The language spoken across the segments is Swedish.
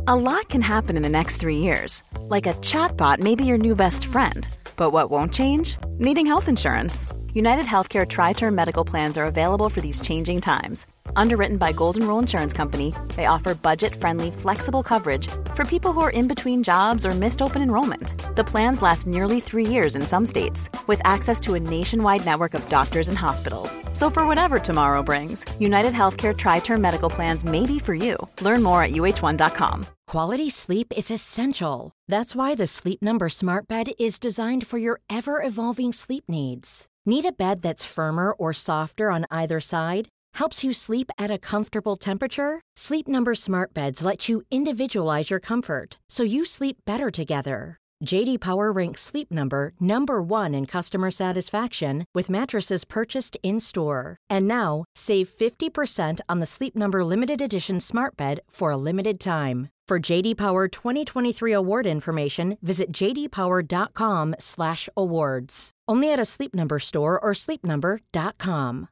A lot can happen in the next 3 years. Like a chatbot may be your new best friend. But what won't change? Needing health insurance. United Healthcare Tri-Term Medical Plans are available for these changing times. Underwritten by Golden Rule Insurance Company, they offer budget-friendly, flexible coverage for people who are in between jobs or missed open enrollment. The plans last nearly 3 years in some states, with access to a nationwide network of doctors and hospitals. So for whatever tomorrow brings, United Healthcare Tri-Term Medical Plans may be for you. Learn more at uh1.com. Quality sleep is essential. That's why the Sleep Number Smart Bed is designed for your ever-evolving sleep needs. Need a bed that's firmer or softer on either side? Helps you sleep at a comfortable temperature? Sleep Number Smart Beds let you individualize your comfort so you sleep better together. J.D. Power ranks Sleep Number #1 in customer satisfaction with mattresses purchased in-store. And now, save 50% on the Sleep Number Limited Edition Smart Bed for a limited time. For J.D. Power 2023 award information, visit jdpower.com/awards. Only at a Sleep Number store or sleepnumber.com.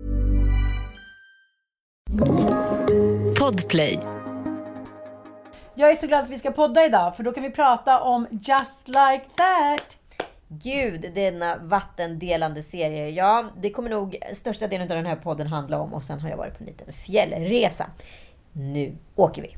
Podplay. Jag är så glad att vi ska podda idag, för då kan vi prata om Just Like That. Gud, denna vattendelande serie. Ja, det kommer nog största delen av den här podden handla om. Och sen har jag varit på en liten fjällresa. Nu åker vi.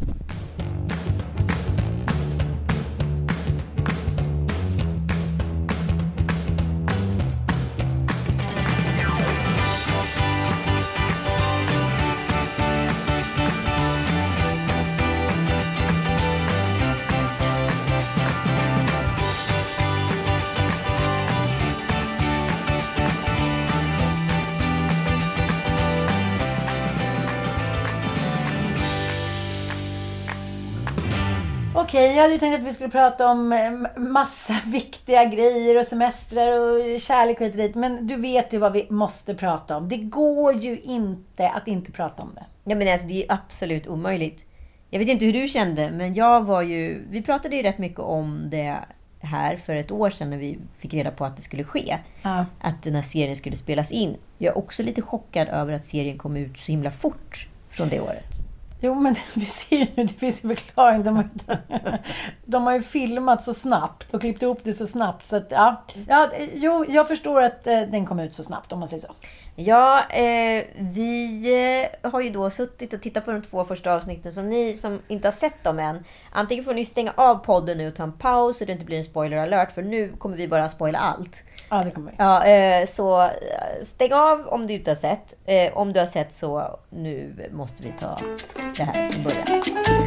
Okej, jag hade ju tänkt att vi skulle prata om massa viktiga grejer och semestrar och kärlek och dit. Men du vet ju vad vi måste prata om. Det går ju inte att inte prata om det. Ja, men alltså, det är ju absolut omöjligt. Jag vet inte hur du kände, men vi pratade ju rätt mycket om det här för ett år sedan när vi fick reda på att det skulle ske. Ja. Att den här serien skulle spelas in. Jag är också lite chockad över att serien kom ut så himla fort från det året. Jo, men vi ser ju, det finns ju förklaring. De har ju filmat så snabbt och klippt ihop det så snabbt. Så att, jag förstår att den kom ut så snabbt, om man säger så. Ja, vi har ju då suttit och tittat på de 2 första avsnitten. Så ni som inte har sett dem än, antingen får ni stänga av podden nu och ta en paus så det inte blir en spoiler alert. För nu kommer vi bara spoila allt. Ja, det kommer vi. Ja, så stäng av om du inte har sett. Om du har sett, så nu måste vi ta det här från början.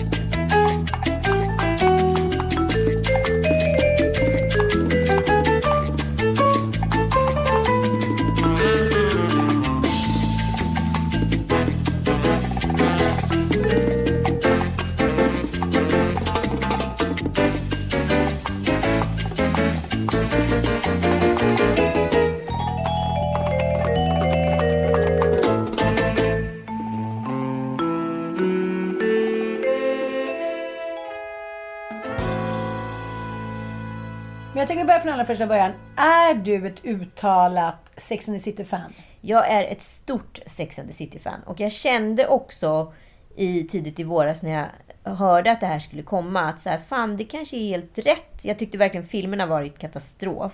Men jag tycker vi börjar från allra första början. Är du ett uttalat Sex and the City-fan? Jag är ett stort Sex and the City-fan. Och jag kände också tidigt i våras när jag hörde att det här skulle komma, att så här, fan, det kanske är helt rätt. Jag tyckte verkligen filmerna varit katastrof.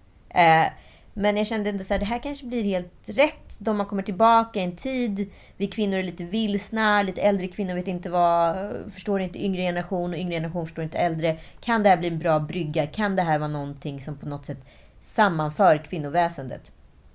Men jag kände ändå så här, det här kanske blir helt rätt. De har kommit tillbaka i en tid. Vi kvinnor är lite vilsna. Lite äldre kvinnor vet inte förstår inte yngre generation. Och yngre generation förstår inte äldre. Kan det här bli en bra brygga? Kan det här vara någonting som på något sätt sammanför kvinnoväsendet?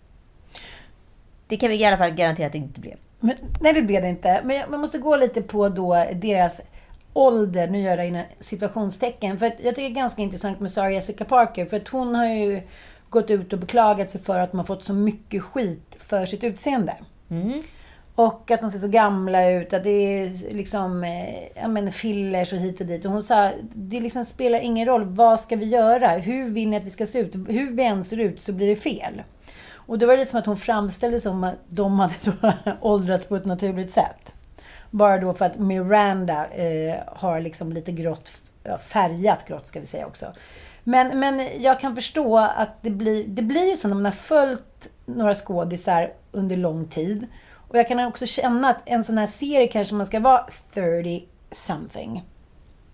Det kan vi i alla fall garantera att det inte blev. Men, nej, det blev det inte. Men man måste gå lite på då deras ålder. Nu gör jag inga situationstecken. För att jag tycker det är ganska intressant med Sarah Jessica Parker. För att hon har ju gått ut och beklagat sig för att de har fått så mycket skit för sitt utseende. Mm. Och att de ser så gamla ut. Att det är liksom fillers och hit och dit. Och hon sa, det liksom spelar ingen roll. Vad ska vi göra? Hur vill ni att vi ska se ut? Hur vi än ser ut så blir det fel. Och då var det som att hon framställde som att de hade då åldrats på ett naturligt sätt. Bara då för att Miranda har liksom lite grått, färgat grått ska vi säga också. Men jag kan förstå att det blir ju så när man har följt några skådisar under lång tid. Och jag kan också känna att en sån här serie kanske man ska vara 30 something.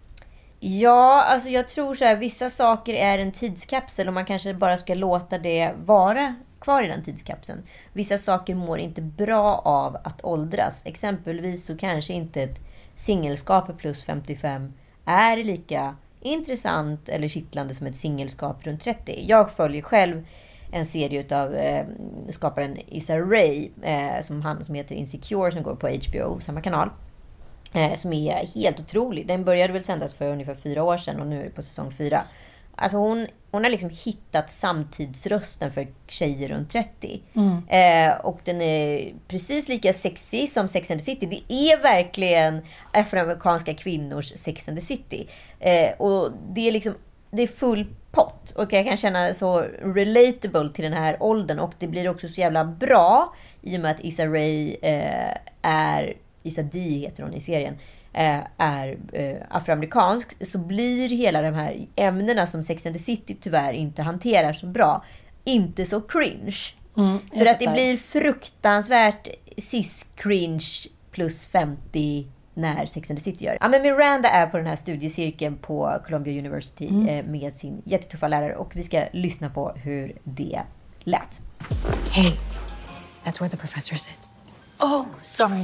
Ja, alltså jag tror så här, vissa saker är en tidskapsel och man kanske bara ska låta det vara kvar i den tidskapseln. Vissa saker mår inte bra av att åldras. Exempelvis så kanske inte ett singelskap plus 55 är lika intressant eller kittlande som ett singelskap runt 30. Jag följer själv en serie av skaparen Issa Rae som heter Insecure, som går på HBO, samma kanal. Som är helt otrolig. Den började väl sändas för ungefär 4 år sedan och nu är det på säsong 4. Alltså hon har liksom hittat samtidsrösten för tjejer runt 30. Och den är precis lika sexy som Sex and the City. Det är verkligen afroamerikanska kvinnors Sex and the City. Och det är liksom, det är full pott. Och jag kan känna så relatable till den här åldern. Och det blir också så jävla bra i och med att Issa Rae Issa Dee heter hon i serien, är afroamerikansk, så blir hela de här ämnena som Sex and the City tyvärr inte hanterar så bra inte så cringe. För att det blir fruktansvärt cis-cringe plus 50 när Sex and the City gör. Ja, men Miranda är på den här studiecirkeln på Columbia University med sin jättetuffa lärare och vi ska lyssna på hur det lät. Hey, that's where the professor sits. Oh, sorry.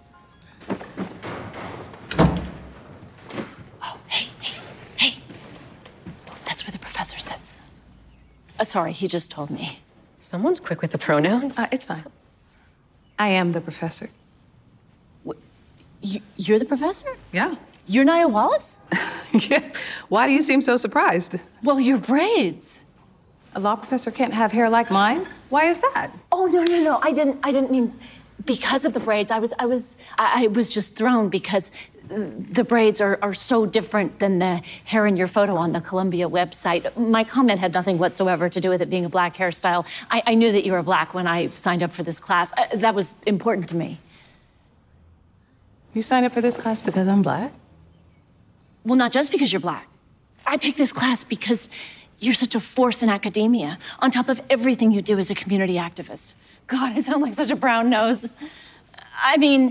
Oh, hey. That's where the professor sits. Sorry, he just told me. Someone's quick with the pronouns. It's fine. I am the professor. You're the professor? Yeah. You're Nia Wallace? Yes. Why do you seem so surprised? Well, your braids. A law professor can't have hair like mine? Why is that? Oh, no. I didn't mean because of the braids. I was just thrown because the braids are so different than the hair in your photo on the Columbia website. My comment had nothing whatsoever to do with it being a black hairstyle. I knew that you were black when I signed up for this class. That was important to me. You signed up for this class because I'm black? Well, not just because you're black. I picked this class because you're such a force in academia, on top of everything you do as a community activist. God, I sound like such a brown nose. I mean,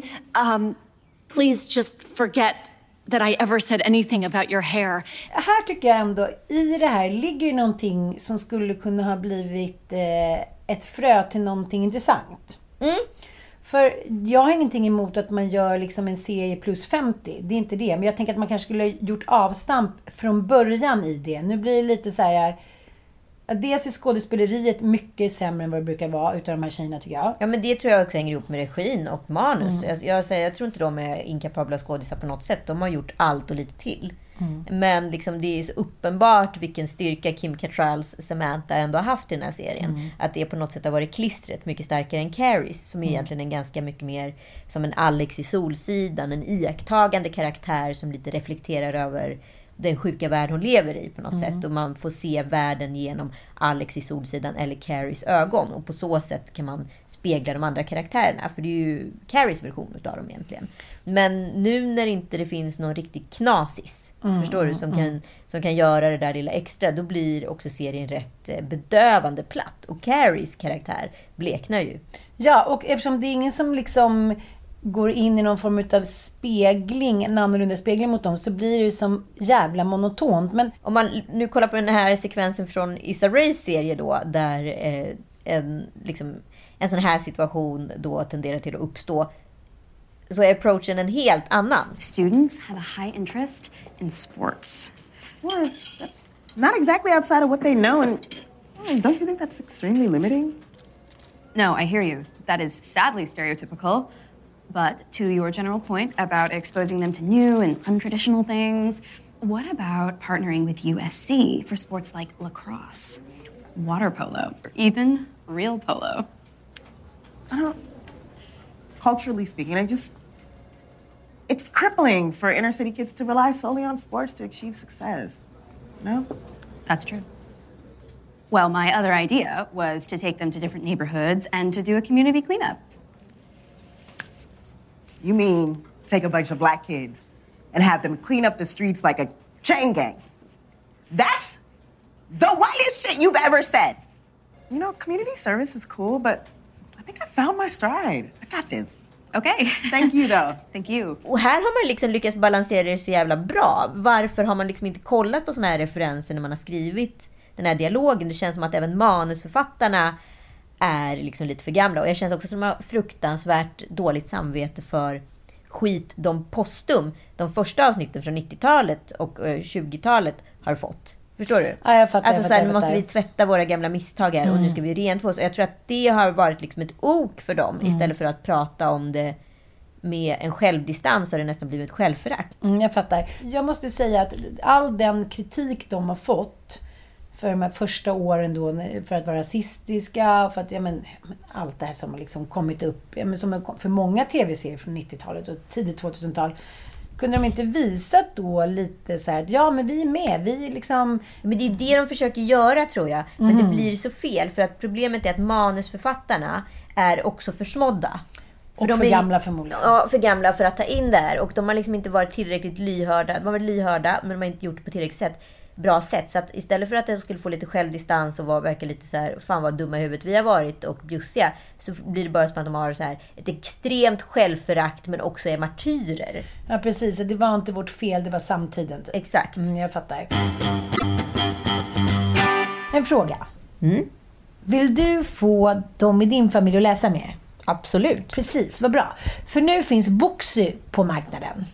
please just forget that I ever said anything about your hair. Här tycker jag ändå, i det här ligger någonting som skulle kunna ha blivit ett frö till någonting intressant. För jag har ingenting emot att man gör liksom en serie plus 50. Det är inte det. Men jag tänker att man kanske skulle ha gjort avstamp från början i det. Nu blir det lite så här... Dels är skådespeleriet mycket sämre än vad det brukar vara utav de här tjejerna, tycker jag. Ja, men det tror jag också hänger ihop med regin och manus. Jag tror inte de är inkapabla skådisar på något sätt. De har gjort allt och lite till. Men liksom det är så uppenbart vilken styrka Kim Cattralls Samantha ändå har haft i den här serien. Att det på något sätt har varit klistret mycket starkare än Carries, som är egentligen en ganska mycket mer som en Alex i Solsidan, en iakttagande karaktär som lite reflekterar över den sjuka värld hon lever i på något sätt. Och man får se världen genom Alex i Solsidan eller Carries ögon. Och på så sätt kan man spegla de andra karaktärerna. För det är ju Carries version av dem egentligen. Men nu när inte det finns någon riktig knasis, förstår du, som kan göra det där lilla extra, då blir också serien rätt bedövande platt. Och Carries karaktär bleknar ju. Ja, och eftersom det är ingen som liksom går in i någon form av spegling, en annorlunda spegling mot dem, så blir det ju som jävla monotont. Men om man nu kollar på den här sekvensen från Issa Raes serie då, där en sån här situation då tenderar till att uppstå, så är approachen en helt annan. Students have a high interest in sports. Sports? That's not exactly outside of what they know, and don't you think that's extremely limiting? No, I hear you. That is sadly stereotypical. But to your general point about exposing them to new and untraditional things, what about partnering with USC for sports like lacrosse, water polo, or even real polo? I don't... Culturally speaking, it's crippling for inner city kids to rely solely on sports to achieve success. No? That's true. Well, my other idea was to take them to different neighborhoods and to do a community cleanup. You mean take a bunch of black kids and have them clean up the streets like a chain gang? That's the whitest shit you've ever said. You know, community service is cool, but I think I found my stride. I got this. Okay. Thank you though. Thank you. Och här har man liksom lyckats balansera det så jävla bra. Varför har man liksom inte kollat på såna här referenser när man har skrivit den här dialogen? Det känns som att även manusförfattarna är liksom lite för gamla. Och jag känns också som att de har fruktansvärt dåligt samvete för skit de postum, de första avsnitten från 90-talet och 20-talet har fått. Förstår du? Ja, jag fattar. Alltså nu måste vi tvätta våra gamla misstag här och nu ska vi rentvå oss. Och jag tror att det har varit liksom ett ok för dem istället för att prata om det med en självdistans har det nästan blivit självförakt. Jag fattar. Jag måste säga att all den kritik de har fått för de här första åren då, för att vara rasistiska, för att allt det här som har liksom kommit upp, som för många tv-serier från 90-talet och tidigt 2000-tal, kunde de inte visa då lite så här att ja, men vi är med, vi liksom... Men det är det de försöker göra, tror jag. Men det blir så fel, för att problemet är att manusförfattarna är också försmådda. Och för gamla förmodligen. Ja, för gamla för att ta in det här. Och de har liksom inte varit tillräckligt lyhörda. De har varit lyhörda, men de har inte gjort det på tillräckligt bra sätt. Så att istället för att de skulle få lite självdistans och verka lite så här, fan vad dumma i huvudet vi har varit och bjussiga, så blir det bara som att de har så här ett extremt självförakt men också är martyrer. Ja, precis. Det var inte vårt fel, det var samtiden. Typ. Exakt. Jag fattar. En fråga. Vill du få dem i din familj att läsa mer? Absolut. Precis, vad bra. För nu finns Booksy på marknaden.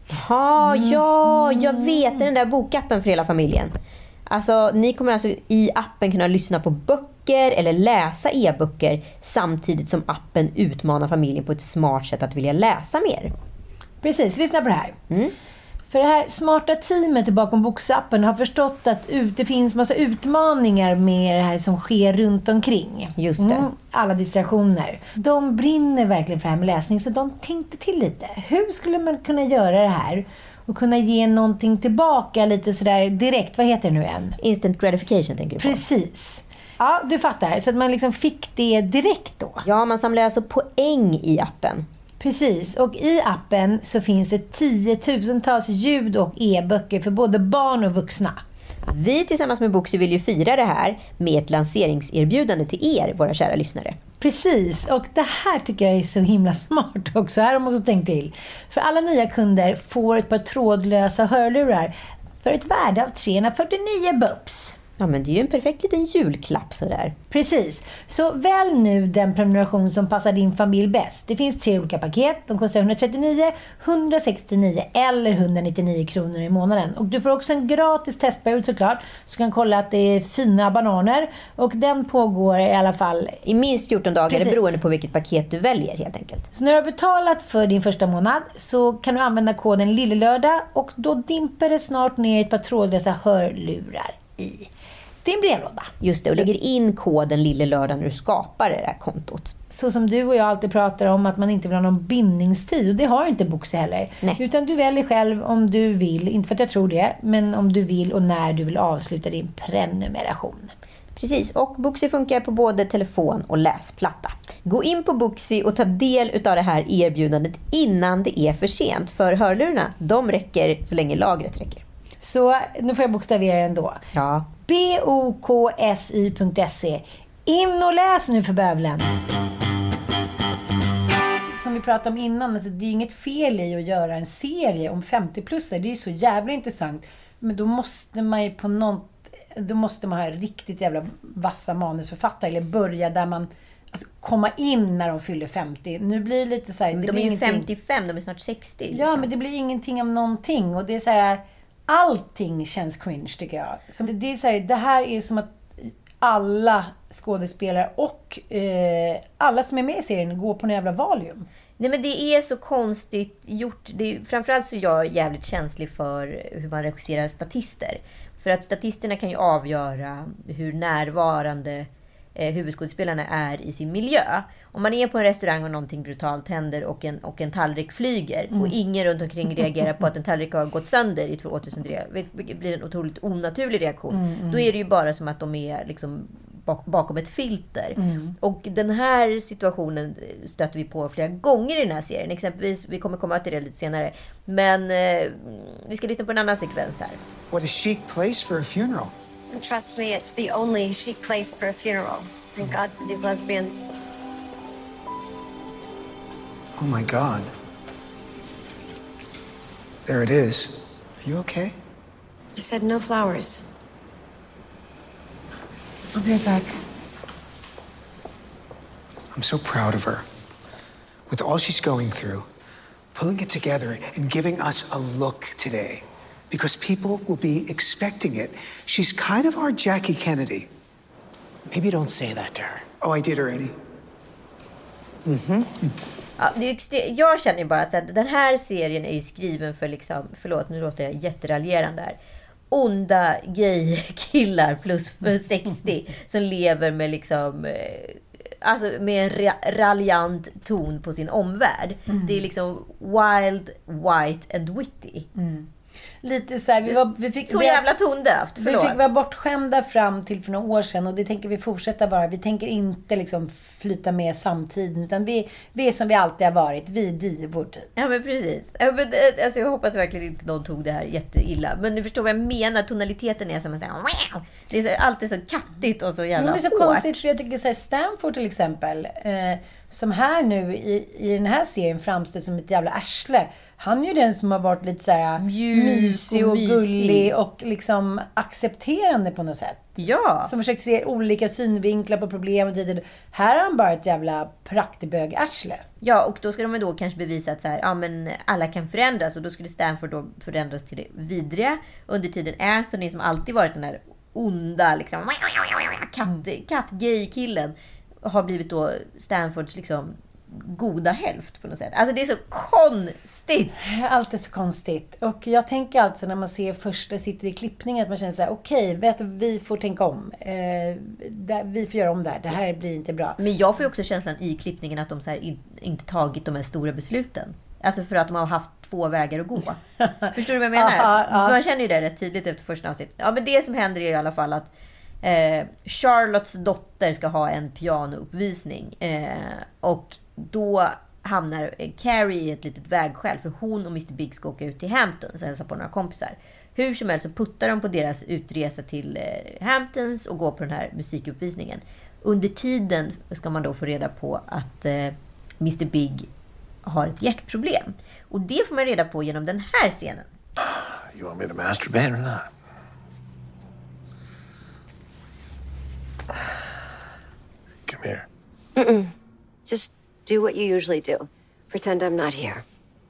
Ja, jag vet. Den där bokappen för hela familjen. Alltså, ni kommer alltså i appen kunna lyssna på böcker eller läsa e-böcker samtidigt som appen utmanar familjen på ett smart sätt att vilja läsa mer. Precis, lyssna på det här. För det här smarta teamet bakom Boksappen har förstått att det finns massa utmaningar med det här som sker runt omkring. Just det. Alla distraktioner. De brinner verkligen för det här med läsning, så de tänkte till lite. Hur skulle man kunna göra det här och kunna ge någonting tillbaka lite sådär direkt? Vad heter det nu än? Instant gratification tänker du på. Precis. Ja, du fattar. Så att man liksom fick det direkt då. Ja, man samlar alltså poäng i appen. Precis, och i appen så finns det 10,000-tals ljud- och e-böcker för både barn och vuxna. Vi tillsammans med Booksy vill ju fira det här med ett lanseringserbjudande till er, våra kära lyssnare. Precis, och det här tycker jag är så himla smart också. Här har de också tänkt till. För alla nya kunder får ett par trådlösa hörlurar för ett värde av 349 bups. Ja, men det är ju en perfekt liten julklapp sådär. Precis. Så välj nu den prenumeration som passar din familj bäst. Det finns 3 olika paket. De kostar 139, 169 eller 199 kronor i månaden. Och du får också en gratis testperiod såklart. Så du kan kolla att det är fina bananer. Och den pågår i alla fall i minst 14 dagar. Precis. Beroende på vilket paket du väljer helt enkelt. Så när du har betalat för din första månad så kan du använda koden Lillelördag. Och då dimper det snart ner ett par trådlösa hörlurar i din brevlåda. Just det, och lägger in koden Lillelördag när du skapar det där kontot. Så som du och jag alltid pratar om att man inte vill ha någon bindningstid. Och det har inte Booksy heller. Nej. Utan du väljer själv om du vill, inte för att jag tror det, men om du vill och när du vill avsluta din prenumeration. Precis, och Booksy funkar på både telefon och läsplatta. Gå in på Booksy och ta del av det här erbjudandet innan det är för sent. För hörlurarna, de räcker så länge lagret räcker. Så nu får jag bokstavera ändå. Ja. boksy.se. In och läs nu för bövlen. Som vi pratade om innan, alltså det är inget fel i att göra en serie om 50-plussare. Det är så jävla intressant. Men då måste man ju då måste man ha riktigt jävla vassa manusförfattare. Eller börja där man komma in när de fyller 50. Nu blir det lite så här, de är ju 55, de är snart 60. Liksom. Ja, men det blir ingenting av någonting. Och det är så här, allting känns cringe tycker jag. Så det är så här, det här är som att alla skådespelare och alla som är med i serien går på en jävla valium. Nej, men det är så konstigt gjort. Framförallt så är jag jävligt känslig för hur man regisserar statister. För att statisterna kan ju avgöra hur närvarande huvudskådespelarna är i sin miljö. Om man är på en restaurang och någonting brutalt händer och en tallrik flyger och ingen runt omkring reagerar på att en tallrik har gått sönder i 2003, det blir en otroligt onaturlig reaktion. Då är det ju bara som att de är liksom bakom ett filter. Och den här situationen stöter vi på flera gånger i den här serien. Exempelvis, vi kommer komma till det lite senare. Men vi ska lyssna på en annan sekvens här. What a chic place for a funeral. And trust me, it's the only chic place for a funeral. Thank God for these lesbians. Oh my God. There it is. Are you okay? I said no flowers. I'll be right back. I'm so proud of her. With all she's going through, pulling it together and giving us a look today. Because people will be expecting it. She's kind of our Jackie Kennedy. Maybe don't say that to her. Oh, I did already. Ja, det är jag känner ju bara att den här serien är ju skriven för liksom, förlåt nu låter jag jätteraljerande där, onda gay-killar plus för 60 som lever med liksom alltså med en raljant ton på sin omvärld. Det är liksom wild, white and witty. Lite så här, vi fick så jävla tondövt, vi fick vara bortskämda fram till för några år sedan, och det tänker vi fortsätta vara. Vi tänker inte liksom flyta med samtiden, utan vi är som vi alltid har varit, vi är divor typ. Ja men precis. Alltså, jag hoppas verkligen inte någon tog det här jätteilla, men du förstår vad jag menar, tonaliteten är som att säga wow. Det är alltid så kattigt och så jävla hårt. Det är så konstigt, för jag tycker så här, Stanford till exempel, som här nu i den här serien framställs som ett jävla arsle. Han är ju den som har varit lite så här mysig och gullig och liksom accepterande på något sätt. Ja. Som försöker se olika synvinklar på problem och tid. Här är han bara ett jävla praktbög-arsle. Ja, och då ska de då kanske bevisa att så här, ja, men alla kan förändras, och då skulle Stanford då förändras till det vidriga. Under tiden Anthony, som alltid varit den där onda liksom katt-gay-killen, har blivit då Stanfords liksom goda hälft på något sätt. Alltså det är så konstigt. Allt är så konstigt. Och jag tänker alltså när man ser första sitter i klippningen att man känner så här: okej, vet du, vi får tänka om. Vi får göra om det här. Det här blir inte bra. Men jag får ju också känslan i klippningen att de så här inte tagit de här stora besluten. Alltså för att de har haft 2 vägar att gå. Förstår du vad jag menar? Man känner ju det rätt tydligt efter första avsnittet. Ja, men det som händer är i alla fall att Charlottes dotter ska ha en pianouppvisning. Och då hamnar Carrie i ett litet vägskäl, för hon och Mr. Big ska åka ut till Hamptons och hälsa på några kompisar. Hur som helst så puttar de på deras utresa till Hamptons och går på den här musikuppvisningen. Under tiden ska man då få reda på att Mr. Big har ett hjärtproblem. Och det får man reda på genom den här scenen. You want me to masturbate or not? Come here. Mm-mm. Just do what you usually do. Pretend I'm not here.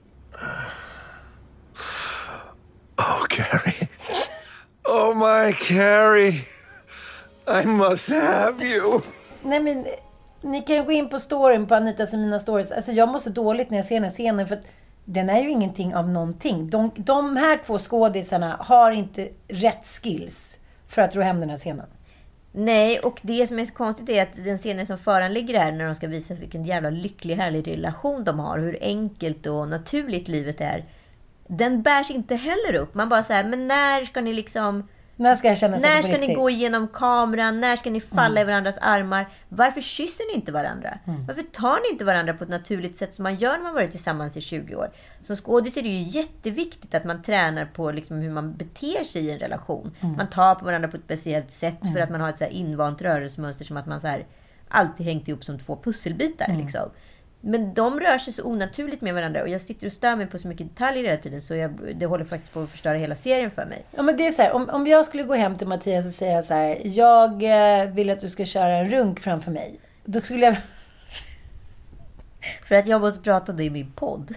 Oh, Carrie. Oh, my Carrie. I must have you. Nej, men ni kan ju gå in på storyn på Anitas och mina stories. Alltså jag mår så dåligt när jag ser den här scenen, för att den är ju ingenting av någonting. De här 2 skådisarna har inte rätt skills för att ro hem den här scenen. Nej, och det som är så konstigt är att den scenen som föranligger här, när de ska visa vilken jävla lycklig, härlig relation de har, hur enkelt och naturligt livet är, den bärs inte heller upp. Man bara säger, men när ska ni liksom... När ska jag känna sig när ska ni gå igenom kameran? När ska ni falla i varandras armar? Varför kysser ni inte varandra? Varför tar ni inte varandra på ett naturligt sätt som man gör när man varit tillsammans i 20 år? Som skådis är det ju jätteviktigt att man tränar på liksom hur man beter sig i en relation. Man tar på varandra på ett speciellt sätt för att man har ett så här invant rörelsemönster, som att man så här alltid hängt ihop som 2 pusselbitar liksom. Men de rör sig så onaturligt med varandra, och jag sitter och stör mig på så mycket detaljer hela tiden, så det håller faktiskt på att förstöra hela serien för mig. Ja, men det är så här, om jag skulle gå hem till Mattias och säga så här: jag vill att du ska köra en runk framför mig. Då skulle jag... För att jag måste prata om det i min podd.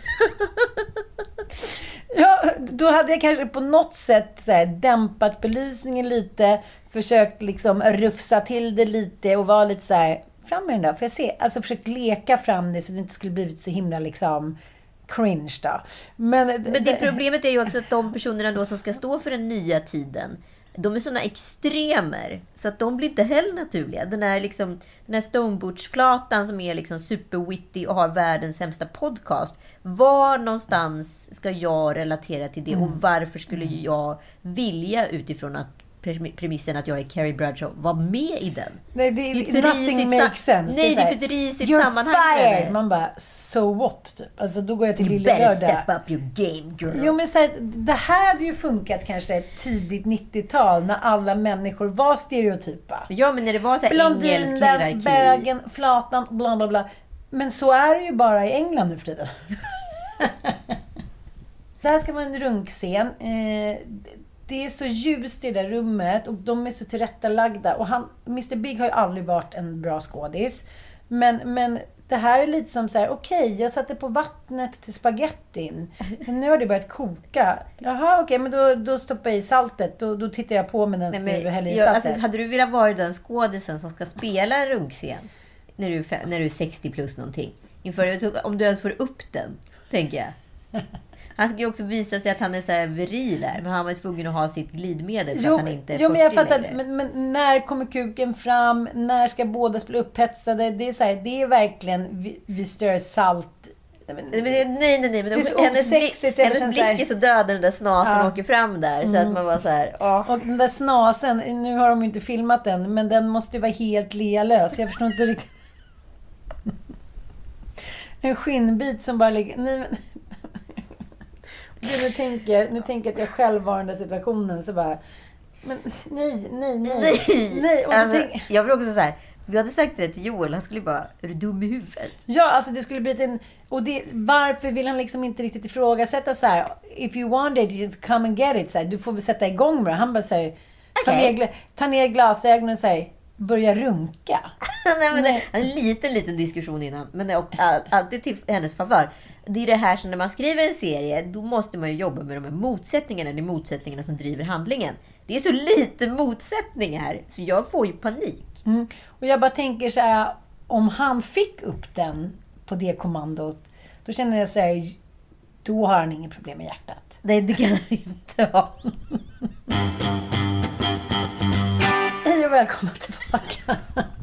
Ja, då hade jag kanske på något sätt så här, dämpat belysningen lite, försökt liksom rufsa till det lite och vara lite så här: fram med den där, för jag se, alltså försökt leka fram det så det inte skulle blivit så himla liksom cringe då. Men det problemet är ju också att de personerna då som ska stå för den nya tiden, de är såna extremer så att de blir inte heller naturliga. Den här Stonebutch-flatan som är liksom superwitty och har världens sämsta podcast. Var någonstans ska jag relatera till det, och varför skulle jag vilja utifrån att premissen att jag är Carrie Bradshaw var med i den? Nej, det är nothing makes sense. Nej, det är för ett risigt sammanhang. Fired. Man bara, so what? Typ. Alltså, då går jag till Lilla Lördag. Step up your game, girl. Jo, men så här, det här hade ju funkat kanske tidigt 90-tal när alla människor var stereotypa. Ja, men när det var så här engelsk hierarki. Bögen, flatan, bla bla bla. Men så är det ju bara i England nu för tiden. Där ska vara en runkscen. Det är så ljust i det där rummet och de är så tillrättalagda. Och Mr. Big har ju aldrig varit en bra skådis. Men det här är lite som så här: okej, jag satte på vattnet till spagettin. Men nu har det börjat koka. Jaha, okej, men då stoppar jag i saltet. Då tittar jag på med den skriver häller i saltet. Alltså, hade du velat vara den skådisen som ska spela en runkscen när du är 60 plus någonting? Om du ens får upp den, tänker jag. Han ska ju också visa sig att han är så här viril där, men han var tvungen att ha sitt glidmedel för att han inte är 40 men jag fattar, längre. Men när kommer kuken fram? När ska båda bli upphetsade? Det är så här, det är verkligen vi stör salt. Nej, men hennes blick är så död när den där snasen åker fram där, så att man var så här. Och den där snasen, nu har de ju inte filmat den, men den måste ju vara helt lealös. Jag förstår inte riktigt. En skinnbit som bara ligger. Nu tänker jag att jag själv var i den där situationen, så bara, men nej. Och alltså, jag vill också så här, vi hade sagt det till Joel, han skulle bara, är du dum i huvudet? Ja, alltså det skulle bli varför vill han liksom inte riktigt ifrågasätta så här: if you want it, just come and get it, så här, du får väl sätta igång med det. Han bara säger, ta ner glasögonen och säger, börja runka. Nej. En liten diskussion innan, men det är alltid till hennes favör. Det är det här som när man skriver en serie, då måste man ju jobba med de här motsättningarna. Det är motsättningarna som driver handlingen. Det är så lite motsättning här, så jag får ju panik. Och jag bara tänker så här, om han fick upp den på det kommandot, då känner jag så här, då har han ingen problem med hjärtat. Nej, det kan han inte ha. Hej och välkomna tillbaka.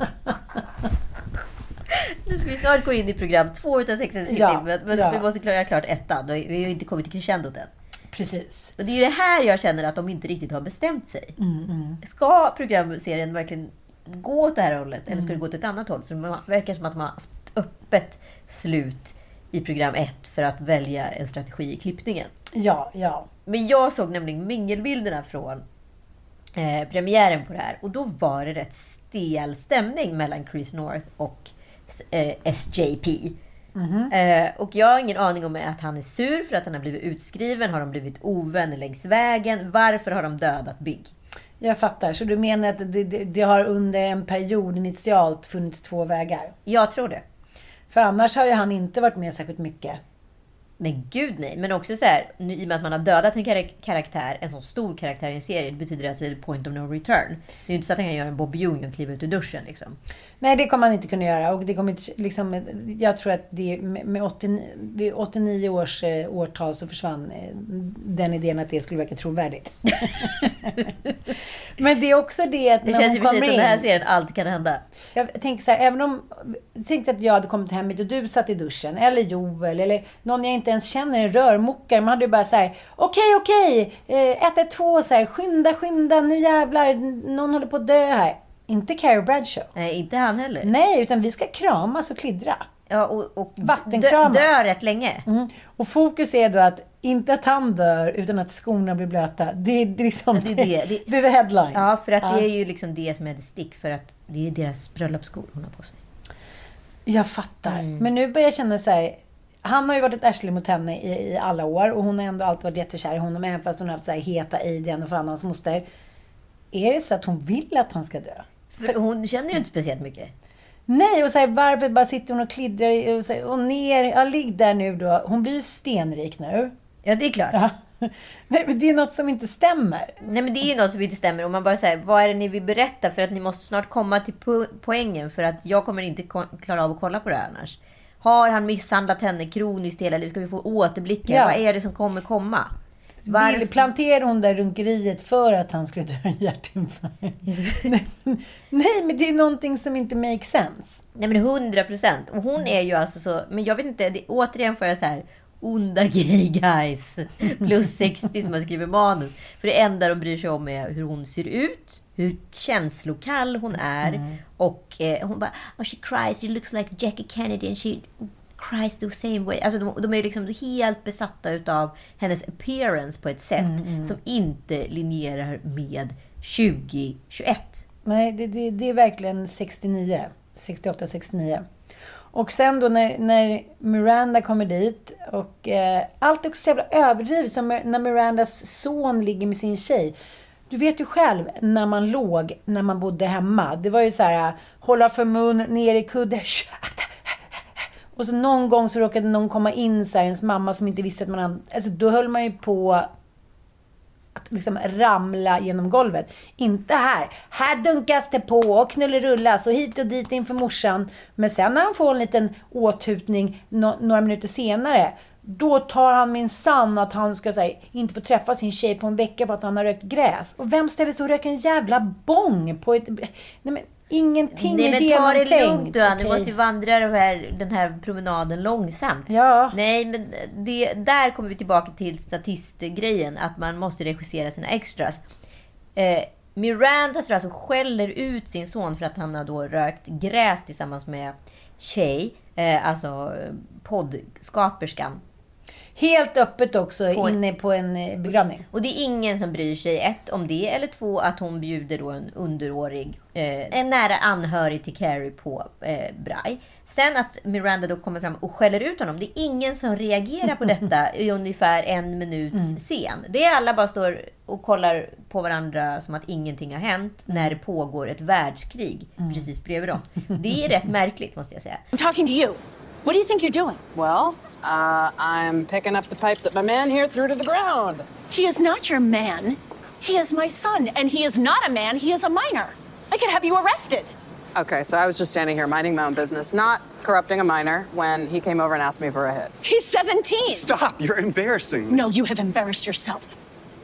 Nu ska vi snart gå in i program 2 utav Sex and the City, men vi måste klara klart 1. Vi har ju inte kommit till crescendot än. Precis. Och det är ju det här jag känner att de inte riktigt har bestämt sig. Ska programserien verkligen gå åt det här hållet, eller ska det gå till ett annat håll? Så det verkar som att man har haft öppet slut i program 1 för att välja en strategi i klippningen. Ja. Men jag såg nämligen mingelbilderna från premiären på det här, och då var det rätt stel stämning mellan Chris North och SJP. Och jag har ingen aning om att han är sur för att han har blivit utskriven. Har de blivit ovänner längs vägen? Varför har de dödat Big? Jag fattar. Så du menar att det har under en period initialt funnits 2 vägar? Jag tror det. För annars har ju han inte varit med särskilt mycket. Nej, gud nej. Men också så här, i och med att man har dödat en karaktär, en sån stor karaktär i en serie, det betyder att det är point of no return. Det är ju inte så att han kan göra en Bob Jung och kliva ut ur duschen liksom. Nej, det kommer han inte kunna göra. Och det kommer inte, liksom, jag tror att det med 89 års årtal så försvann den idén att det skulle verka trovärdigt. Men det är också det att det känns ju precis som den här serien alltid kan hända. Jag tänker så här, även om tänkte att jag hade kommit hem hit och du satt i duschen, eller Joel, eller någon jag inte ens känner, en rörmokare, man hade ju bara så här: okej, 112, så här, skynda, nu jävlar, någon håller på att dö här. Inte Carrie Bradshaw. Nej, inte han heller. Nej, utan vi ska kramas och kliddra. Ja, och vattenkramas. Dö rätt länge. Och fokus är då att inte att han dör, utan att skorna blir blöta. Det är liksom det är the headlines. Ja, för att det är ju liksom det som är det stick, för att det är deras bröllopsskor hon har på sig. Jag fattar. Men nu börjar jag känna så här, han har ju varit ett arsle mot henne i alla år, och hon har ändå alltid varit jättekär i honom, även fast hon har haft så här heta Aiden och fan hans moster. Är det så att hon vill att han ska dö? För hon känner ju inte speciellt mycket. Nej, och så här, varför bara sitter hon och kliddrar och ner, ja, ligg där nu då. Hon blir ju stenrik nu. Ja, det är klart. Ja. Nej, men det är något som inte stämmer. Nej, men det är ju något som inte stämmer. Och man bara säger, vad är det ni vill berätta? För att ni måste snart komma till poängen. För att jag kommer inte klara av att kolla på det här annars. Har han misshandlat henne kroniskt hela livet? Ska vi få återblickar? Ja. Vad är det som kommer komma? Planterade hon där runkeriet för att han skulle dö en hjärtinfarkt? Nej, men det är någonting som inte makes sense. Nej, men 100%. Och hon är ju alltså så... Men jag vet inte, återigen får jag så här... onda gay guys plus 60 som har skrivit manus. För det enda de bryr sig om är hur hon ser ut, hur känslokall hon är. Och hon bara, oh, she cries, she looks like Jackie Kennedy and she cries the same way. Alltså de är liksom helt besatta utav hennes appearance på ett sätt som inte linjerar med 2021. Nej, det är verkligen 68-69. Och sen då när Miranda kommer dit och allt är också så jävla överdrivet, som när Mirandas son ligger med sin tjej. Du vet ju själv när man bodde hemma. Det var ju så här, hålla för mun, ner i kudde. Och så någon gång så råkade någon komma in så här, ens mamma som inte visste att man... Alltså då höll man ju på att liksom ramla genom golvet. Inte här. Här dunkas det på och knullerullas och hit och dit inför morsan. Men sen när han får en liten åthutning några minuter senare, då tar han min sann att han ska säga inte få träffa sin tjej på en vecka för att han har rökt gräs. Och vem ställer sig och röker en jävla bång på ett... Nej, men ingenting är genomtänkt. Nej, men ta det lugnt, du. Du måste ju vandra den här promenaden långsamt. Ja. Nej, men där kommer vi tillbaka till statistgrejen. Att man måste regissera sina extras. Miranda så alltså skäller ut sin son för att han har då rökt gräs tillsammans med tjej. Alltså poddskaperskan. Helt öppet också inne på en begravning. Och det är ingen som bryr sig, 1 om det, eller 2 att hon bjuder då en underårig, en nära anhörig till Carrie på braj. Sen att Miranda då kommer fram och skäller ut honom. Det är ingen som reagerar på detta i ungefär 1 minuts scen. Det är alla bara står och kollar på varandra som att ingenting har hänt när det pågår ett världskrig precis bredvid dem. Det är rätt märkligt, måste jag säga. I'm talking to you. What do you think you're doing? Well, I'm picking up the pipe that my man here threw to the ground. He is not your man. He is my son, and he is not a man. He is a minor. I could have you arrested. Okay, so I was just standing here minding my own business, not corrupting a minor, when he came over and asked me for a hit. He's 17. Stop, you're embarrassing me. No, you have embarrassed yourself.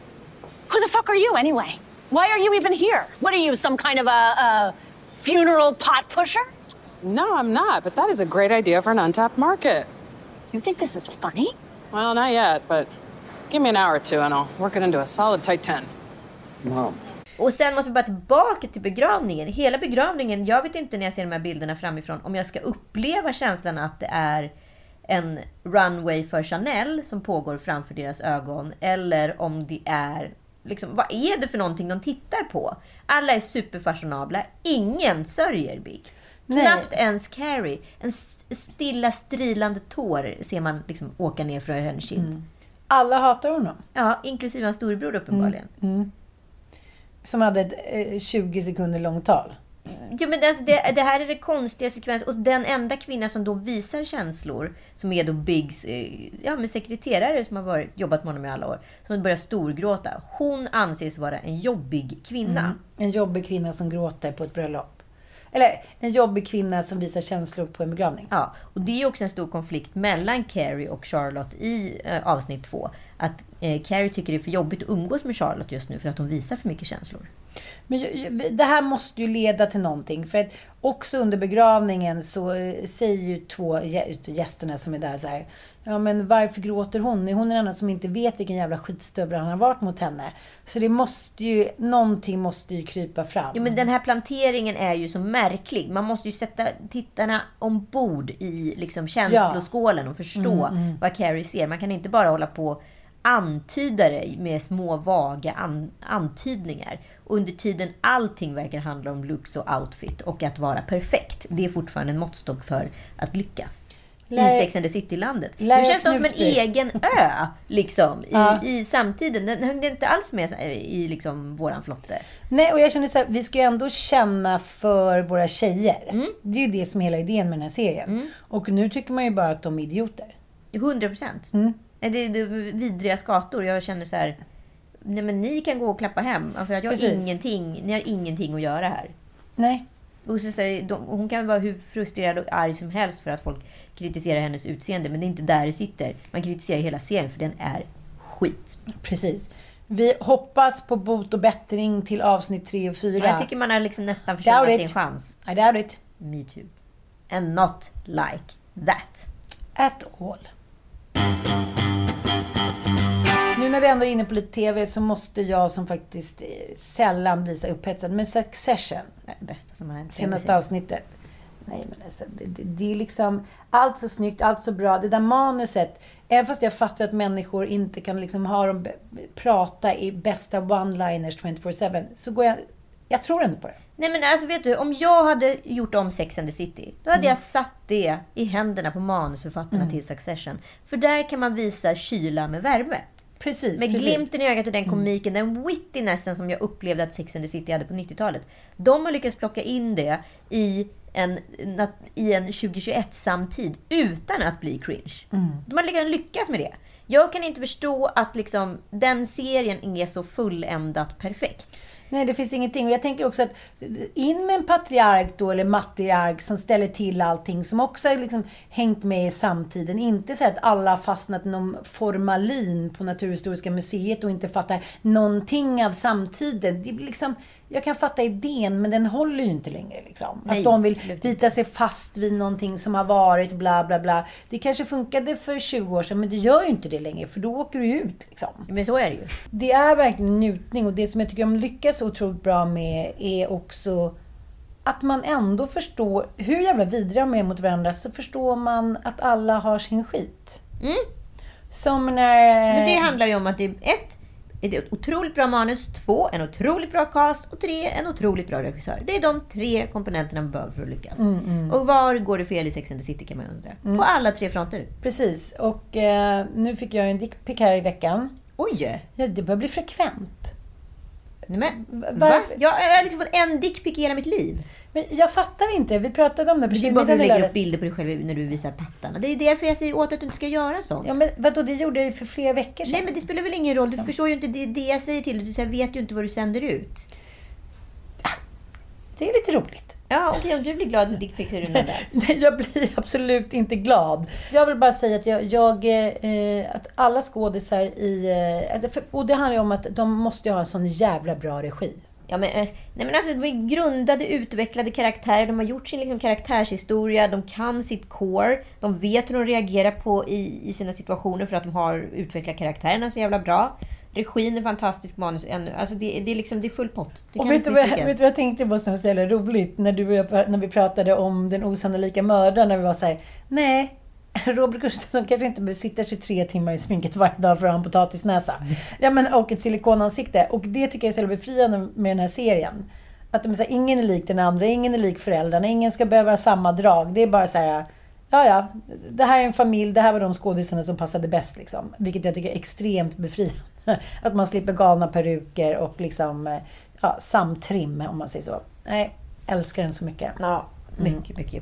Who the fuck are you, anyway? Why are you even here? What are you, some kind of a funeral pot pusher? No, I'm not, but that is a great idea for an untapped market. You think this is funny? Well, not yet, but give me an hour or two and I'll work it into a solid tight 10. Mom. Och sen måste vi bara tillbaka till begravningen. Hela begravningen, jag vet inte när jag ser de här bilderna framifrån om jag ska uppleva känslan att det är en runway för Chanel som pågår framför deras ögon, eller om det är liksom, vad är det för någonting de tittar på? Alla är superfashionabla, ingen sörjer Big. Knappt ens Carrie. En stilla strilande tår ser man liksom åka ner från hennes kind. Alla hatar honom. Ja, inklusive hans storebror uppenbarligen. Som hade ett 20 sekunder långt tal. Jo, men alltså det här är det konstiga sekvens. Och den enda kvinna som då visar känslor, som är då Biggs sekreterare som har jobbat med honom i alla år, som börjar storgråta. Hon anses vara en jobbig kvinna. En jobbig kvinna som gråter på ett bröllop. Eller en jobbig kvinna som visar känslor på en begravning. Ja, och det är också en stor konflikt mellan Carrie och Charlotte i avsnitt 2. Att Carrie tycker det är för jobbigt att umgås med Charlotte just nu för att hon visar för mycket känslor. Men det här måste ju leda till någonting. För att också under begravningen så säger ju 2 gästerna som är där så här: ja, men varför gråter hon? Hon är den enda som inte vet vilken jävla skitstövlar han har varit mot henne. Så det måste ju, någonting måste ju krypa fram. Jo, men den här planteringen är ju så märklig. Man måste ju sätta tittarna ombord i liksom känsloskålen och förstå vad Carrie ser. Man kan inte bara hålla på antyda det med små vaga antydningar. Och under tiden allting verkar handla om looks och outfit och att vara perfekt. Det är fortfarande en måttstock för att lyckas. I Sex and the City-landet. Nu känns de som en egen ö liksom, i samtiden. Den hängde inte alls med i liksom, våran flotte. Nej, och jag känner så här, vi ska ju ändå känna för våra tjejer. Det är ju det som är hela idén med den här serien. Och nu tycker man ju bara att de är idioter. 100%. Det är vidriga skator. Jag känner så här: nej, men ni kan gå och klappa hem. För att jag har ingenting, ni har ingenting att göra här. Nej. Och så säger, hon kan vara hur frustrerad och arg som helst för att folk kritiserar hennes utseende. Men det är inte där det sitter. Man kritiserar hela serien för den är skit. Precis. Vi hoppas på bot och bättring till avsnitt 3 och 4. Jag tycker man har liksom nästan försummat sin chans. I doubt it. Me too. And not like that. At all. Nu när vi ändå är inne på lite tv så måste jag som faktiskt sällan bli så upphetsad med Succession. Bästa som har hänt. Senaste avsnittet. Nej, men alltså, det är liksom allt så snyggt, allt så bra. Det där manuset, även fast jag fattar att människor inte kan liksom ha dem prata i bästa one-liners 24/7, så går jag Jag tror ändå på det. Nej men alltså vet du, om jag hade gjort om Sex and the City, då hade jag satt det i händerna på manusförfattarna till Succession. För där kan man visa kyla med värme. Precis. Med glimten i ögat och den komiken, den wittinessen som jag upplevde att Sex and the City hade på 90-talet. De har lyckats plocka in det i en 2021-samtid utan att bli cringe. De har lyckats med det. Jag kan inte förstå att liksom, den serien är så fulländat perfekt. Nej, det finns ingenting. Och jag tänker också att in med en patriark då, eller matriark som ställer till allting, som också har liksom hängt med i samtiden. Inte så att alla har fastnat i någon formalin på Naturhistoriska museet och inte fattar någonting av samtiden. Det blir liksom, jag kan fatta idén, men den håller ju inte längre. Liksom. Nej, att de vill bita sig fast vid någonting som har varit, bla bla bla. Det kanske funkade för 20 år sedan, men det gör ju inte det längre, för då åker du ut. Liksom. Men så är det ju. Det är verkligen en njutning, och det som jag tycker de lyckas otroligt bra med är också att man ändå förstår hur jävla vidriga de är mot varandra, så förstår man att alla har sin skit. Som när... Men det handlar ju om att det är ett otroligt bra manus, 2, en otroligt bra cast och 3, en otroligt bra regissör. Det är de 3 komponenterna man behöver för att lyckas. Och var går det fel i Sex and the City, kan man undra. På alla 3 fronter. Precis, och nu fick jag en dickpic här i veckan. Oj! Ja, det börjar bli frekvent. Nej, men, va? Jag har liksom fått en dickpic i hela mitt liv. Men jag fattar inte, vi pratade om det. Det är bara för att du lägger upp bilder på dig själv när du visar pattarna. Det är därför jag säger åt att du inte ska göra sånt. Ja, men vadå, det gjorde jag ju för flera veckor sedan. Nej, men det spelar väl ingen roll. Du förstår ju inte det jag säger till dig. Du vet ju inte vad du sänder ut. Ja, det är lite roligt. Ja, okej, om du blir glad med dickpics är du nöjd där. Nej, jag blir absolut inte glad. Jag vill bara säga att att alla skådisar och det handlar ju om att de måste ha en sån jävla bra regi. Ja, men, nej, men alltså, de är grundade, utvecklade karaktärer. De har gjort sin liksom, karaktärshistoria. De kan sitt core. De vet hur de reagerar på i sina situationer för att de har utvecklat karaktärerna så jävla bra. Regin är fantastisk, manus alltså det är liksom, det är full pott. Det och vet du vad jag tänkte på som var så jävla roligt när vi pratade om den osannolika mördaren, när vi var så här: nej, Robert Gustafsson kanske inte behöver sitta 23 timmar i sminket varje dag för att ha en potatisnäsa. Ja, men, och ett silikonansikte. Och det tycker jag är så befriande med den här serien. Att de säger, ingen är lik den andra, ingen är lik föräldrarna, ingen ska behöva ha samma drag. Det är bara så här: ja, det här är en familj, det här var de skådisarna som passade bäst. Liksom. Vilket jag tycker är extremt befriande. Att man slipper galna peruker och liksom, samtrim, om man säger så. Nej, älskar den så mycket. Ja, mycket.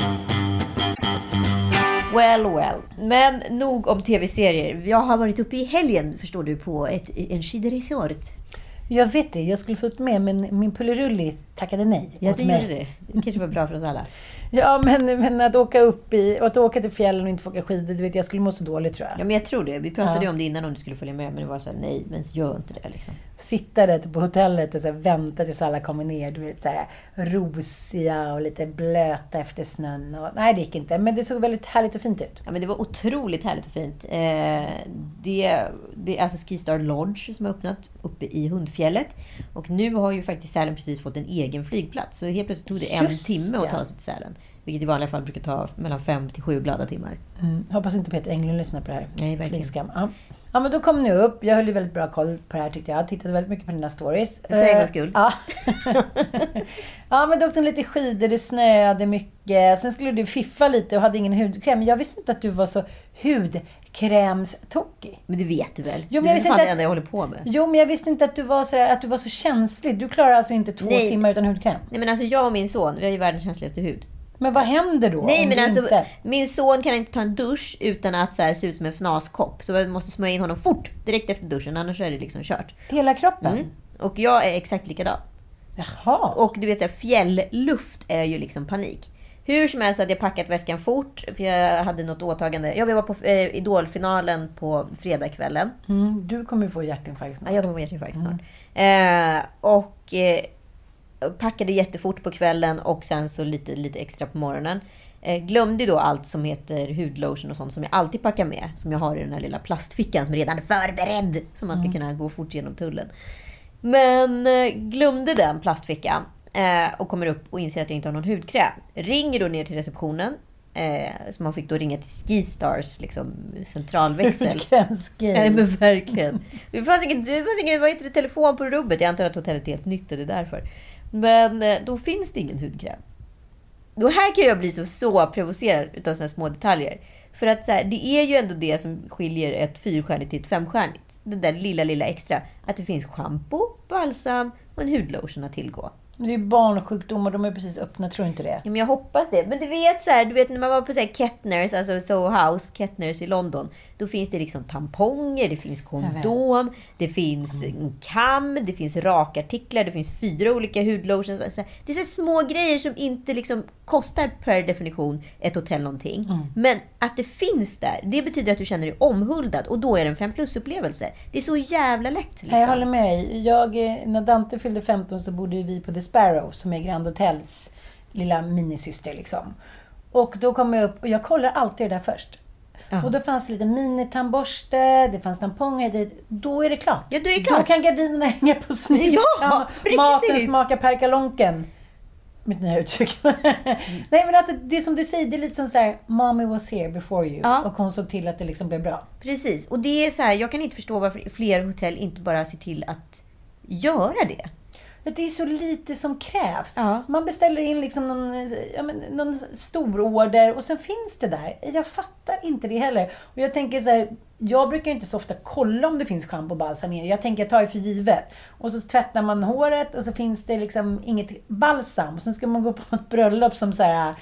Well. Men nog om tv-serier. Jag har varit uppe i helgen, förstår du, på en skidresort. Jag vet det. Jag skulle fått med, men min pullerulli tackade nej. Ja, det gjorde det. Det kanske var bra för oss alla. Ja, men att åka till fjällen och inte få åka skidor, du vet, jag skulle må så dåligt, tror jag. Ja, men jag tror det. Vi pratade ju om det innan, om du skulle följa med, men det var så här, nej, men gör inte det liksom. Sitta där på hotellet och så här, vänta tills alla kommer ner, du vet, så här rosiga och lite blöta efter snön. Och, nej, det gick inte, men det såg väldigt härligt och fint ut. Ja, men det var otroligt härligt och fint. Det är alltså Skistar Lodge som har öppnat uppe i Hundfjället. Och nu har ju faktiskt Sälen precis fått en egen flygplats. Så helt plötsligt tog det en timme att ta sig till Sälen. Vilket i vanliga fall brukar ta mellan 5 till 7 glada timmar. Hoppas inte Peter Englund lyssnar på det här. Nej, verkligen. Ja, men då kom ni upp. Jag höll ju väldigt bra koll på det här, tyckte jag. Tittade väldigt mycket på dina stories. För en gångs skull. Ja. Ja, men då åkte lite skidor, det snöade mycket. Sen skulle du fiffa lite och hade ingen hudkräm. Jag visste inte att du var så hudkrämstokig. Men det vet du väl? Jo, men det är fan det enda jag håller på med. Jo, men jag visste inte att du var så känslig. Du klarar alltså inte 2 timmar utan hudkräm. Nej, men alltså jag och min son, vi har ju världens känsligaste hud. Men vad händer då? Nej, men alltså min son kan inte ta en dusch utan att så här, se ut som en fnaskopp. Så vi måste smörja in honom fort direkt efter duschen, annars är det liksom kört. Hela kroppen? Och jag är exakt likadan. Jaha. Och du vet, så här, fjällluft är ju liksom panik. Hur som helst hade jag packat väskan fort, för jag hade något åtagande. Jag var på Idolfinalen på fredagskvällen. Du kommer få hjärtinfarkt snart. Ja, jag kommer få hjärtinfarkt snart. Packade jättefort på kvällen och sen så lite extra på morgonen. Glömde då allt som heter hudlotion och sånt som jag alltid packar med. Som jag har i den här lilla plastfickan som är redan förberedd. Så man ska kunna gå fort genom tullen. Men glömde den plastfickan. Och kommer upp och inser att jag inte har någon hudkräm. Ringer då ner till receptionen. Så man fick då ringa till Skistars liksom, centralväxel. Hudkrämskej. Nej, men verkligen. Det fanns ingen telefon på rummet. Jag antar att hotellet är helt nytt, det därför. Men då finns det ingen hudkräm. Då här kan jag bli så provocerad utav såna små detaljer. För att så här, det är ju ändå det som skiljer ett 4-stjärnigt till ett 5-stjärnigt. Det där lilla extra. Att det finns shampoo, balsam och en hudlotion att tillgå. Men det är ju barnsjukdomar, de är precis öppna, tror inte det? Ja, men jag hoppas det. Men du vet när man var på så här Kettners, alltså Soho House, Kettners i London. Då finns det liksom tamponger, det finns kondom, det finns en kam, det finns rakartiklar, det finns 4 olika hudlotions. Det är så små grejer som inte liksom kostar per definition ett hotell någonting. Men att det finns där, det betyder att du känner dig omhuldad. Och då är det en 5+-upplevelse. Det är så jävla lätt. Liksom. Jag håller med dig. När Dante fyllde 15 så bodde vi på The Sparrow, som är Grand Hotels lilla minisyster liksom. Och då kom jag upp, och jag kollar alltid det där först. Och då fanns det lite minitandborste, det fanns tamponger, då är det klart. Ja, då är det klart. Då kan gardinerna hänga på sniskan. Ja, maten smakar perkalonken. Mitt nya uttryck. Nej, men alltså, det som du säger, det är lite som så här: Mommy was here before you. Och hon såg till att det liksom blev bra. Precis, och det är så här, jag kan inte förstå varför fler hotell inte bara ser till att göra det. Det är så lite som krävs. Man beställer in liksom någon stor order och sen finns det där. Jag fattar inte det heller. Och jag tänker så här, jag brukar inte så ofta kolla om det finns shampoo och balsam. Jag tänker, jag tar det för givet. Och så tvättar man håret och så finns det liksom inget balsam. Och sen ska man gå på ett bröllop som så här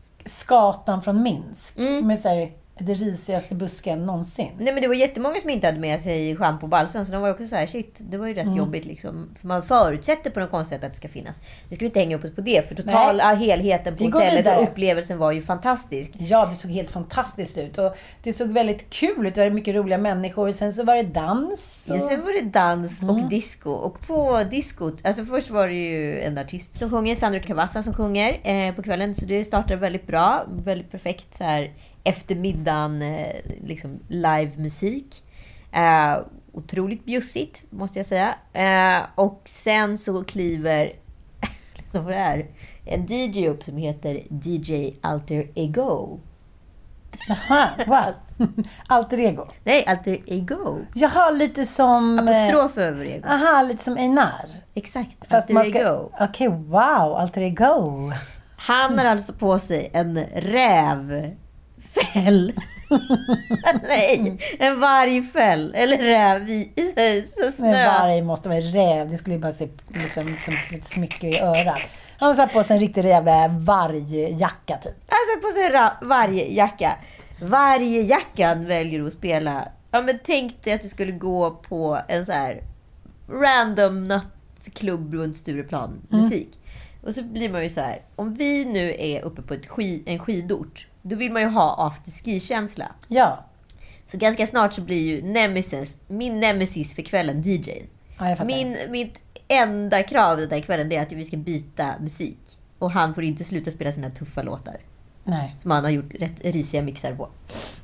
skatan från Minsk. Med så här, det risigaste busken någonsin. Nej, men det var jättemånga som inte hade med sig shampoo och balsam. Så de var också så här, shit, det var ju rätt jobbigt liksom. För man förutsätter på något konstigt att det ska finnas. Nu ska vi inte hänga upp oss på det. För totala helheten på hotellet och upplevelsen var ju fantastisk. Ja, det såg helt fantastiskt ut. Och det såg väldigt kul ut. Det var mycket roliga människor. Sen så var det dans. Ja, sen var det dans och disco. Och på diskot, alltså först var det ju en artist som sjunger, Sandro Cavazza som sjunger på kvällen. Så det startade väldigt bra. Väldigt perfekt så här eftermiddagen, liksom live-musik. Otroligt bjussigt, måste jag säga. Och sen så kliver liksom vad det är, en DJ upp som heter DJ Alter Ego. Aha, wow. Alter Ego? Nej, Alter Ego. Jaha, lite som... apostrof över ego. Aha, lite som Einar. Exakt, fast Alter Ego. Okej, wow, Alter Ego. Han har alltså på sig en rävfäll. Nej, en vargfäll. Eller räv i snö. Men varg måste vara räv. Det skulle ju bara se liksom, som lite smycke i örat. Han har satt på sig en riktig jävla vargjacka typ. Han har satt på sig en vargjacka. Vargjackan väljer att spela. Ja, men tänk dig att du skulle gå på en så här random nattklubb runt Stureplan musik. Och så blir man ju så här, om vi nu är uppe på en skidort, då vill man ju ha afterski-känsla. Ja. Så ganska snart så blir ju min nemesis för kvällen DJ:n. Ja, jag fattar. Mitt enda krav den där kvällen, det är att vi ska byta musik. Och han får inte sluta spela sina tuffa låtar. Nej. Som han har gjort rätt risiga mixar på.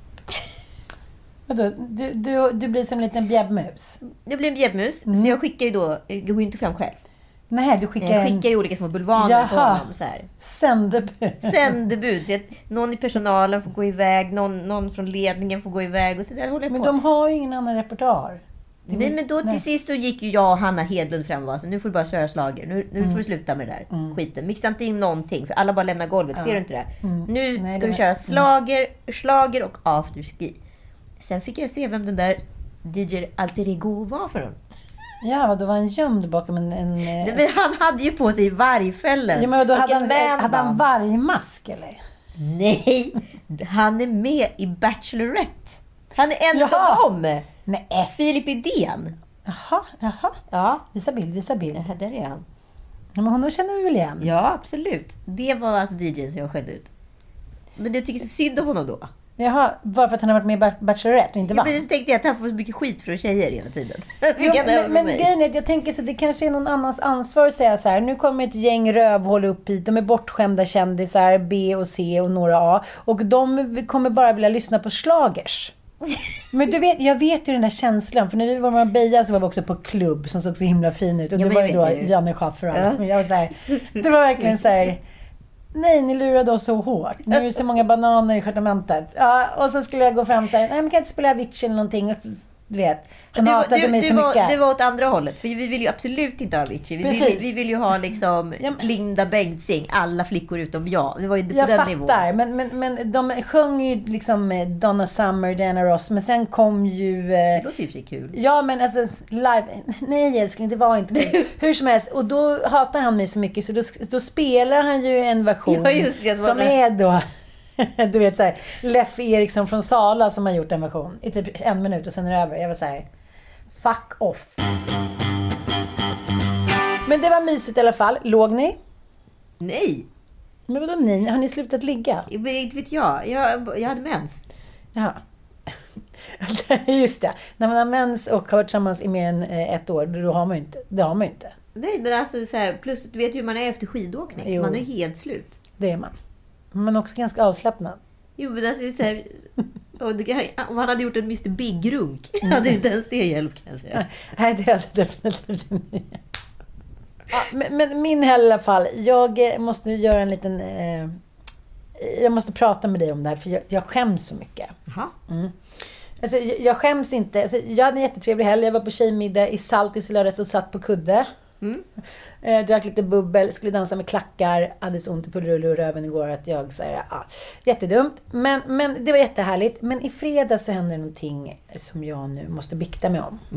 Vadå? Du blir som en liten bjäbbmus? Jag blir en bjäbbmus, så jag skickar ju då, jag går inte fram själv. Nej, du skickar ju olika små bulvaner på honom. Så här. Sändebud. Så att någon i personalen får gå iväg, någon från ledningen får gå iväg. Och så där håller jag på. Men de har ju ingen annan repertoar. Nej, men då till sist så gick ju jag och Hanna Hedlund fram och var så, nu får du bara köra slager. Nu får du sluta med det där skiten. Mixa inte in någonting, för alla bara lämnar golvet. Ser du inte det? Nu ska du köra slager och afterski. Sen fick jag se vem den där DJ Alter Ego var för någon. Ja, då var han gömd bakom en... Men han hade ju på sig vargfällen. Ja, men då hade han vargmask, eller? Nej, han är med i Bachelorette. Han är en av dem. Nej. Filip Idén. Jaha. Ja. Visa bild. Ja, där är han. Ja, men honom känner vi väl igen? Ja, absolut. Det var alltså DJ:n som jag skällde ut. Men det tycker så synd om honom då. Jaha, bara för att han har varit med i Bachelorette och inte vann. Men så tänkte jag att han får så mycket skit för tjejer hela tiden. Men grejen är att jag tänker så att det kanske är någon annans ansvar att säga så här: nu kommer ett gäng rövhål upp hit, de är bortskämda kändisar, B och C och några A, och de kommer bara vilja lyssna på slagers. Men du vet, jag vet ju den där känslan, för när vi var med Beja så var vi också på klubb som såg så himla fin ut, och det var ju då Janne Schaffer och alla. Men jag var så här, det var verkligen så här: nej, ni lurade oss så hårt. Nu är det så många bananer i stjärtamentet. Ja, och så skulle jag gå fram och säga, nej, men kan inte spela Avicii eller någonting. Och så du vet, han hatade mig så mycket. Det var åt andra hållet. För vi vill ju absolut inte ha Avicii. Vi vill ju ha liksom Linda Bengtzing. Alla flickor utom jag. Det var ju på den nivån. Jag fattar. Men de sjöng ju liksom Donna Summer, Diana Ross. Men sen kom ju... Det låter ju för sig kul. Ja, men alltså live... Nej, älskling, det var inte kul. Hur som helst. Och då hatar han mig så mycket. Så då spelar han ju en version som är då... Du vet så här, Leffe Eriksson från Sala som har gjort en version i typ 1 minut och sen är det över. Jag var så här, fuck off. Men det var mysigt i alla fall. Låg ni? Nej. Men vadå ni? Har ni slutat ligga? Inte vet jag. Jag hade mens. Ja. Just det. När man har mens och har varit tillsammans i mer än 1 år, då har man ju inte. Det har man ju inte. Nej, men alltså så här, plus du vet ju hur man är efter skidåkning. Jo. Man är helt slut. Det är man. Men också ganska avslappnad. Jo, men alltså så här, om han hade gjort en Mr. Big-runk hade inte ens det hjälpt, kan jag säga. Nej, det hade definitivt inte. Ja, men min i alla fall, jag måste göra en liten... jag måste prata med dig om det här, för jag skäms så mycket. Jaha. Alltså, jag skäms inte. Alltså, jag hade en jättetrevlig helg. Jag var på tjejmiddag i Saltis i lördags och satt på kudde. Drack lite bubbel, skulle dansa med klackar, hade så ont i pullerulle och röven igår att jag säger jättedumt, men det var jättehärligt. Men i fredags så hände någonting som jag nu måste bikta mig om.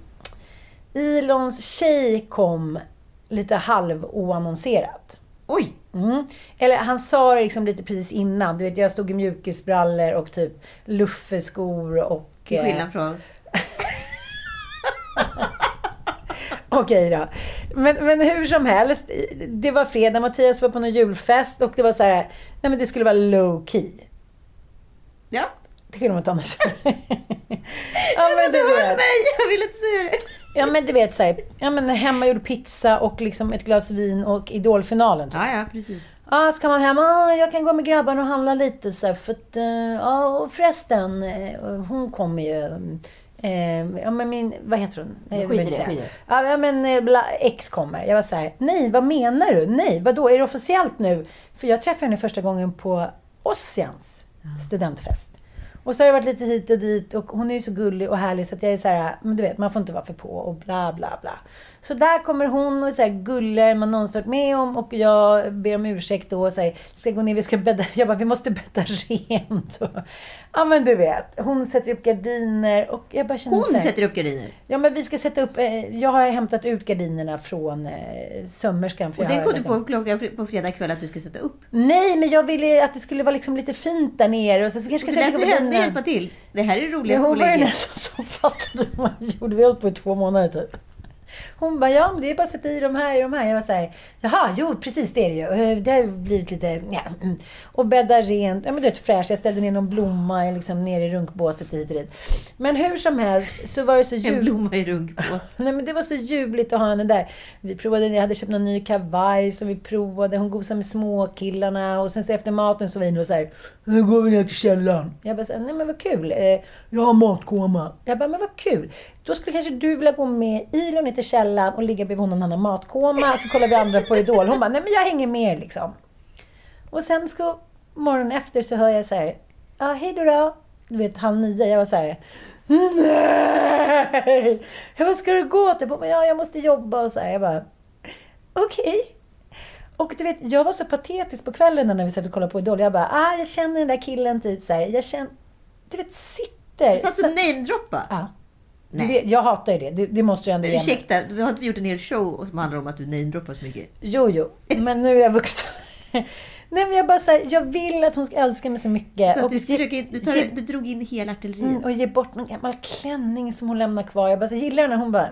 Ilons tjej kom lite halv oannonserat. Oj. Eller han sa det liksom lite precis innan. Du vet, jag stod i mjukisbrallor och typ luffeskor och... Till skillnad från... Okej då. Men hur som helst, det var fredag, Mattias var på någon julfest och det var så här, nej men det skulle vara low key. Ja. Det skulle man inte annars. Du hörde mig, jag ville inte säga det. Ja men du vet så här, ja men hemmagjord pizza och liksom ett glas vin och idolfinalen. Typ. Ja, precis. Ja, ska man hem? Jag kan gå med grabbarna och handla lite så här, för att, och förresten, hon kommer ju... ja men min, vad heter hon? Skiter. Ja men ex kommer. Jag var så här, nej vad menar du? Nej, vadå? Är det officiellt nu? För jag träffade henne första gången på Ossians studentfest. Och så har det varit lite hit och dit och hon är ju så gullig och härlig så att jag är så här, men du vet, man får inte vara för på och bla bla bla. Så där kommer hon och så här gullar man någonsin varit med om och jag ber om ursäkt då och säger, ska gå ner, vi ska bädda, jag bara, vi måste bädda rent. Och, ja men du vet, hon sätter upp gardiner och jag bara känner hon så här, sätter upp gardiner? Ja men vi ska sätta upp, jag har hämtat ut gardinerna från sömmerskan. Och den kom du på klockan på fredag kväll att du ska sätta upp? Nej, men jag ville att det skulle vara liksom lite fint där nere och så vi kanske ska sätta upp gardinerna. Hjälpa till. Det här är roligast på länge. Hon var den enda som fattade vad man gjorde. Vi höll på i 2 månader typ. Hon bara, ja men det är bara att sätta i de här. Jag var så här, jaha, jo precis det är det ju. Det har blivit lite, och bädda rent. Ja men du vet fräscht. Jag ställde ner någon blomma liksom ner i runkbåset hit och dit. Men hur som helst så var det så ljuvligt. En blomma i runkbåset. Nej men det var så ljuvligt att ha henne där. Vi provade, jag hade köpt någon ny kavaj som vi provade. Hon gosade med småkillarna. Och sen så efter maten så var vi och så här, nu går vi ner till källaren. Jag bara, nej men vad kul. Jag har matkoma. Jag bara, men vad kul. Då skulle kanske du vilja gå med Ilon ner till källaren och ligga bredvid honom när han har matkoma. Så kollar vi andra på Idol. Hon bara, nej men jag hänger med liksom. Och sen ska morgonen efter så hör jag så här, ja hej då. Du vet, 8:30. Jag var så här, nej. Jag bara, ska du gå? Typ, ja, jag måste jobba och så här. Jag bara, okej. Och du vet, jag var så patetisk på kvällen när vi satt och kollade på Idol. Jag bara, jag känner den där killen typ så här. Jag känner, du vet, sitter. Satt du namedroppa? Ja. Jag hatar ju det måste du ändå ge. Ursäkta, vi har inte gjort en hel show som handlar om att du namedroppar så mycket. Jo, men nu är jag vuxen. Nej, men jag bara så här, jag vill att hon ska älska mig så mycket. Så att du drog in hela artilleriet. Och ge bort någon gammal klänning som hon lämnar kvar. Jag bara så gillar henne. Hon bara,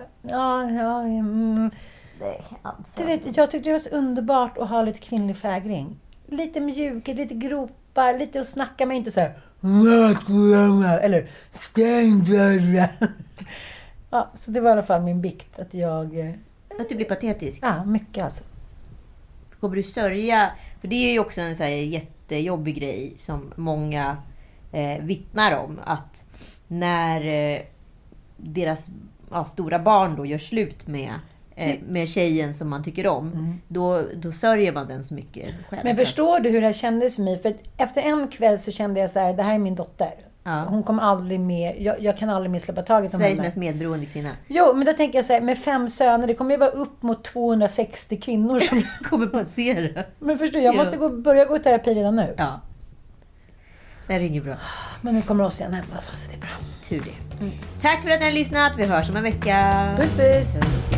Du vet, jag tyckte det var så underbart att ha lite kvinnlig fägring. Lite mjukhet, lite gropar, lite att snacka med, inte så här. Eller stäng dörren. Ja, så det var i alla fall min bikt att du blir patetisk. Ja, mycket alltså. Kommer du sörja? För det är ju också en så här jättejobbig grej som många vittnar om. Att när deras stora barn då gör slut med tjejen som man tycker om, då sörjer man den så mycket själv. Men förstår du hur det här kändes för mig? För efter en kväll så kände jag så här, det här är min dotter. Hon kommer aldrig mer, jag kan aldrig mer släppa taget om Sveriges henne. mest medberoende kvinna. Jo, men då tänker jag så här, med 5 söner, det kommer ju vara upp mot 260 kvinnor som kommer passera. Men förstår jag måste börja gå i terapi redan nu. Ja. Det är inget bra. Men nu kommer oss igen hem i alla fall, så det är bra. Tur det. Tack för att ni har lyssnat. Vi hörs om en vecka. Puss, puss.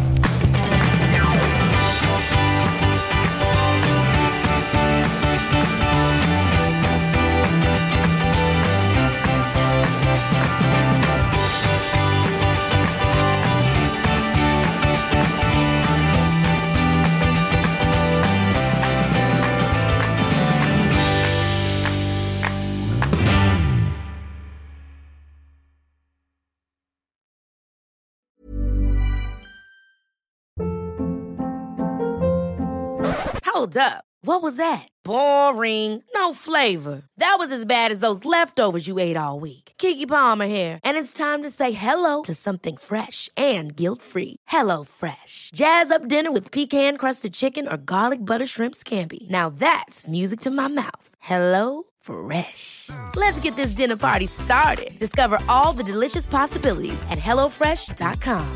Hold up. What was that? Boring. No flavor. That was as bad as those leftovers you ate all week. Keke Palmer here, and it's time to say hello to something fresh and guilt-free. Hello Fresh. Jazz up dinner with pecan-crusted chicken or garlic butter shrimp scampi. Now that's music to my mouth. Hello Fresh. Let's get this dinner party started. Discover all the delicious possibilities at hellofresh.com.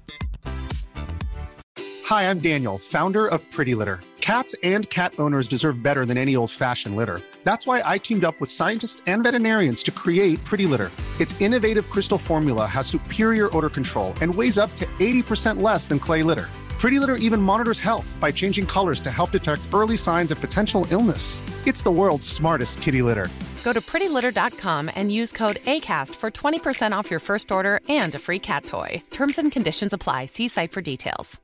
Hi, I'm Daniel, founder of Pretty Litter. Cats and cat owners deserve better than any old-fashioned litter. That's why I teamed up with scientists and veterinarians to create Pretty Litter. Its innovative crystal formula has superior odor control and weighs up to 80% less than clay litter. Pretty Litter even monitors health by changing colors to help detect early signs of potential illness. It's the world's smartest kitty litter. Go to prettylitter.com and use code ACAST for 20% off your first order and a free cat toy. Terms and conditions apply. See site for details.